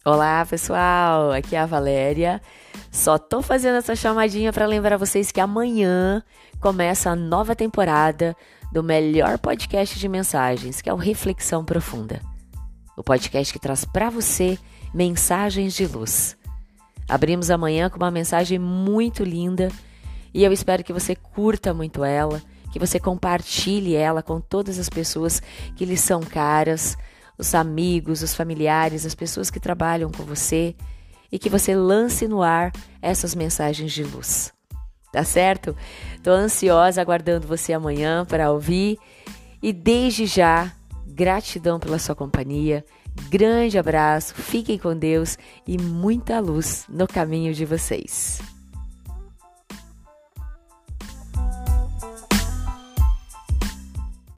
Olá, pessoal! Aqui é a Valéria. Só tô fazendo essa chamadinha para lembrar vocês que amanhã começa a nova temporada do melhor podcast de mensagens, que é o Reflexão Profunda. O podcast que traz para você mensagens de luz. Abrimos amanhã com uma mensagem muito linda e eu espero que você curta muito ela, que você compartilhe ela com todas as pessoas que lhe são caras, os amigos, os familiares, as pessoas que trabalham com você e que você lance no ar essas mensagens de luz. Tá certo? Tô ansiosa aguardando você amanhã para ouvir e desde já, gratidão pela sua companhia, grande abraço, fiquem com Deus e muita luz no caminho de vocês.